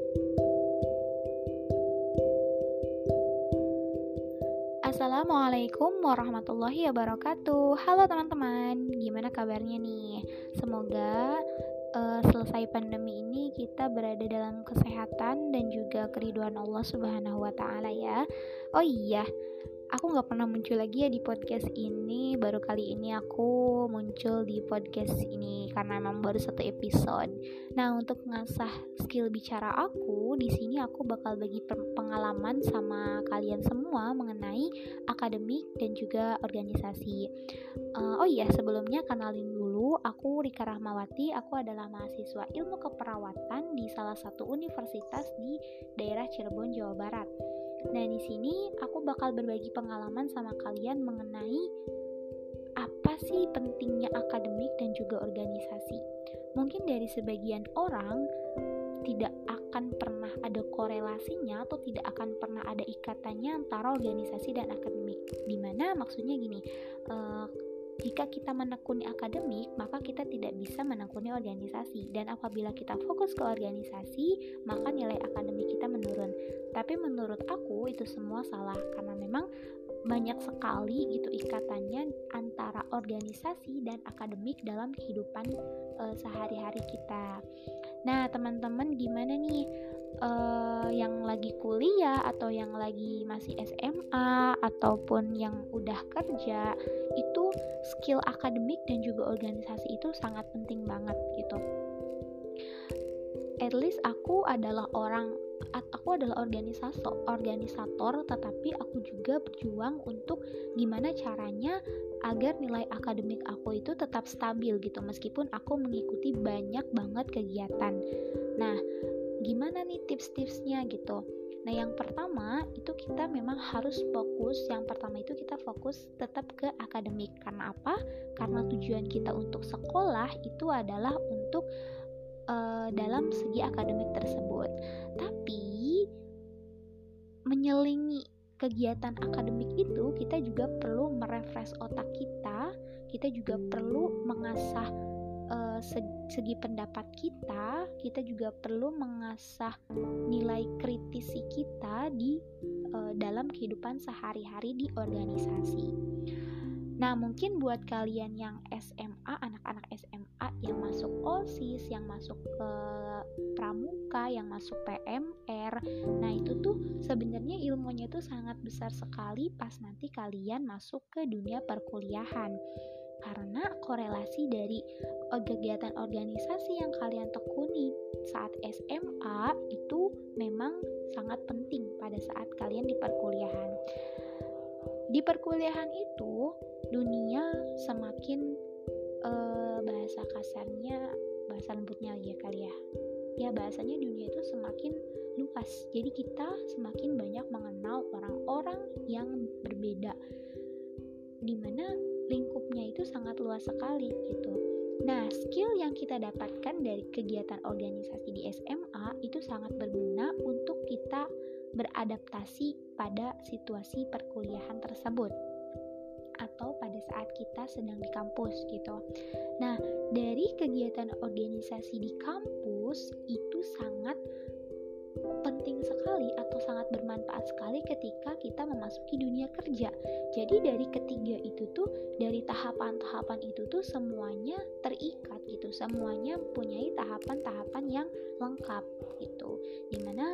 Assalamualaikum warahmatullahi wabarakatuh. Halo teman-teman, gimana kabarnya nih? Semoga selesai pandemi ini kita berada dalam kesehatan dan juga keridhaan Allah Subhanahu wa Ta'ala ya. Oh iya, aku gak pernah muncul lagi ya di podcast ini. Baru kali ini aku muncul di podcast ini karena memang baru satu episode. Nah, untuk mengasah skill bicara aku, di sini aku bakal bagi pengalaman sama kalian semua mengenai akademik dan juga organisasi. Oh iya, sebelumnya kenalin dulu, aku Rika Rahmawati. Aku adalah mahasiswa ilmu keperawatan di salah satu universitas di daerah Cirebon, Jawa Barat. Nah, di sini aku bakal berbagi pengalaman sama kalian mengenai apa sih pentingnya akademik dan juga organisasi. Mungkin dari sebagian orang tidak akan pernah ada korelasinya atau tidak akan pernah ada ikatannya antara organisasi dan akademik. Dimana maksudnya gini, jika kita menekuni akademik, maka kita tidak bisa menekuni organisasi. Dan apabila kita fokus ke organisasi, maka nilai akademik kita menurun. Tapi menurut aku itu semua salah, karena memang banyak sekali gitu ikatannya antara organisasi dan akademik dalam kehidupan sehari-hari kita. Nah, teman-teman gimana nih? Yang lagi kuliah atau yang lagi masih SMA ataupun yang udah kerja, itu skill akademik dan juga organisasi itu sangat penting banget gitu. At least aku adalah organisator, tetapi aku juga berjuang untuk gimana caranya agar nilai akademik aku itu tetap stabil gitu, meskipun aku mengikuti banyak banget kegiatan. Nah, gimana nih tips-tipsnya gitu? Nah, yang pertama itu kita memang harus fokus. Yang pertama itu kita fokus tetap ke akademik. Karena apa? Karena tujuan kita untuk sekolah itu adalah untuk dalam segi akademik tersebut. Tapi menyelingi kegiatan akademik itu, kita juga perlu merefresh otak kita. Kita juga perlu mengasah segi pendapat kita juga perlu mengasah nilai kritisi kita di dalam kehidupan sehari-hari di organisasi. Nah, mungkin buat kalian yang SMA, anak-anak SMA yang masuk OSIS, yang masuk ke pramuka, yang masuk PMR, nah itu tuh sebenarnya ilmunya tuh sangat besar sekali pas nanti kalian masuk ke dunia perkuliahan. Karena korelasi dari kegiatan organisasi yang kalian tekuni saat SMA itu memang sangat penting pada saat kalian di perkuliahan. Di perkuliahan itu dunia semakin bahasa kasarnya, bahasa lembutnya aja kali ya bahasanya dunia itu semakin luas. Jadi kita semakin banyak mengenal orang-orang yang berbeda, dimana lingkupnya itu sangat luas sekali gitu. Nah, skill yang kita dapatkan dari kegiatan organisasi di SMA itu sangat berguna untuk kita beradaptasi pada situasi perkuliahan tersebut atau pada saat kita sedang di kampus gitu. Nah, dari kegiatan organisasi di kampus itu sangat penting sekali atau sangat bermanfaat sekali ketika kita memasuki dunia kerja. Jadi dari ketiga itu tuh, dari tahapan-tahapan itu tuh semuanya terikat gitu, semuanya mempunyai tahapan-tahapan yang lengkap gitu, dimana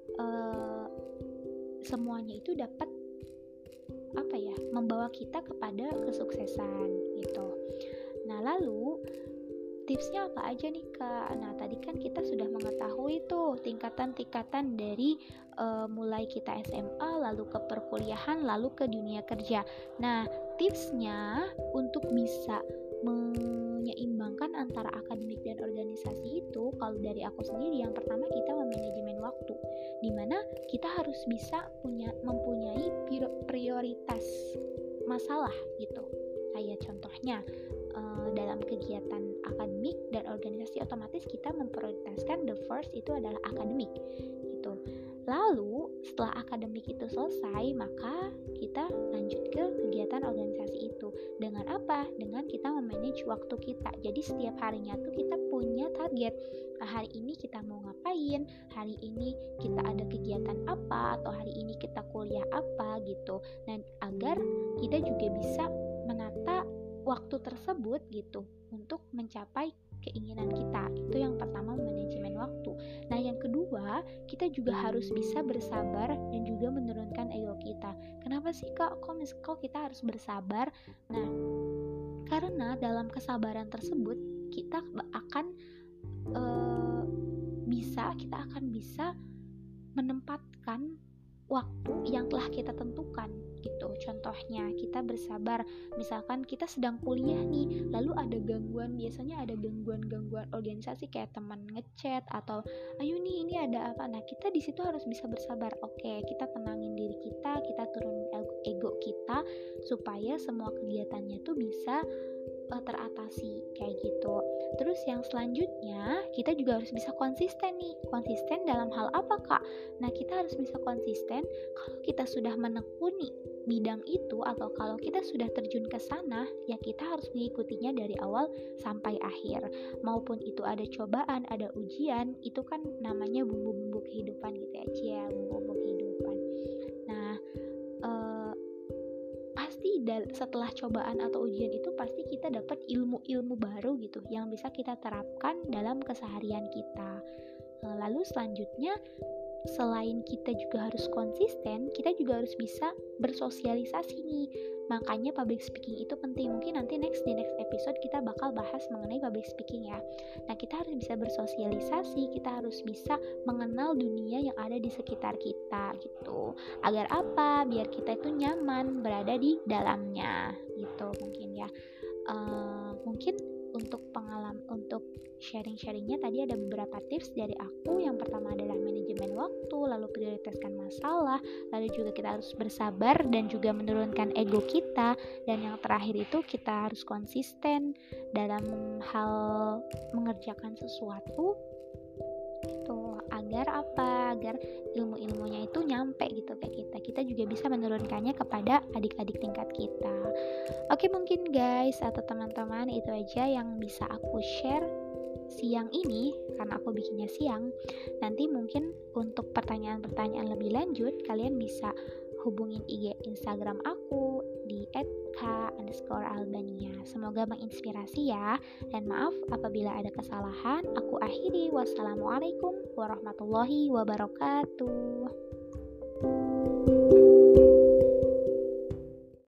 semuanya itu dapat membawa kita kepada kesuksesan gitu. Nah, lalu tipsnya apa aja nih Kak? Nah, tadi kan kita sudah mengetahui tuh tingkatan-tingkatan dari mulai kita SMA, lalu ke perkuliahan, lalu ke dunia kerja. Nah, tipsnya untuk bisa menyeimbangkan antara akademik dan organisasi itu, kalau dari aku sendiri, yang pertama kita memanajemen waktu, dimana kita harus bisa mempunyai prioritas masalah gitu. Kayak contohnya dalam kegiatan akademik dan organisasi, otomatis kita memprioritaskan the first itu adalah akademik gitu. Lalu setelah akademik itu selesai, maka kita lanjut ke kegiatan organisasi itu. Dengan apa? Dengan kita memanage waktu kita. Jadi setiap harinya tuh kita punya target. Hari ini kita mau ngapain? ngapain, hari ini kita ada kegiatan apa, atau hari ini kita kuliah apa gitu. Nah, agar kita juga bisa menata waktu tersebut gitu untuk mencapai keinginan kita. Itu yang pertama, manajemen waktu. Nah, yang kedua, kita juga harus bisa bersabar dan juga menurunkan ego kita. Kenapa sih kok kita harus bersabar? Nah, karena dalam kesabaran tersebut kita akan bisa menempatkan waktu yang telah kita tentukan gitu. Contohnya kita bersabar, misalkan kita sedang kuliah nih, lalu ada gangguan, biasanya ada gangguan organisasi kayak teman ngechat atau ayo nih ini ada apa. Nah, kita di situ harus bisa bersabar. Oke, kita tenangin diri kita turunin ego kita supaya semua kegiatannya tuh bisa teratasi kayak gitu. Terus yang selanjutnya, kita juga harus bisa konsisten nih. Konsisten dalam hal apa, Kak? Nah, kita harus bisa konsisten kalau kita sudah menekuni bidang itu, atau kalau kita sudah terjun ke sana, ya kita harus mengikutinya dari awal sampai akhir. Maupun itu ada cobaan, ada ujian, itu kan namanya bumbu-bumbu kehidupan gitu ya, bumbu-bumbu kehidupan. Nah, pasti setelah cobaan atau ujian itu pasti kita dapat ilmu-ilmu baru gitu yang bisa kita terapkan dalam keseharian kita. Lalu selanjutnya, selain kita juga harus konsisten, kita juga harus bisa bersosialisasi nih. Makanya public speaking itu penting. Mungkin nanti di next episode kita bakal bahas mengenai public speaking ya. Nah, kita harus bisa bersosialisasi, kita harus bisa mengenal dunia yang ada di sekitar kita gitu. Agar apa? Biar kita itu nyaman berada di dalamnya gitu mungkin ya. Mungkin untuk sharing-sharingnya tadi ada beberapa tips dari aku. Yang pertama adalah manajemen waktu, lalu prioritaskan masalah, lalu juga kita harus bersabar dan juga menurunkan ego kita, dan yang terakhir itu kita harus konsisten dalam hal mengerjakan sesuatu itu. Agar ilmu-ilmunya itu nyampe gitu ke kita juga bisa menurunkannya kepada adik-adik tingkat kita. Oke, mungkin guys atau teman-teman itu aja yang bisa aku share siang ini karena aku bikinnya siang. Nanti mungkin untuk pertanyaan-pertanyaan lebih lanjut kalian bisa hubungin IG Instagram aku di @k_albania. Semoga menginspirasi ya. Dan maaf apabila ada kesalahan. Aku akhiri. Wassalamualaikum warahmatullahi wabarakatuh.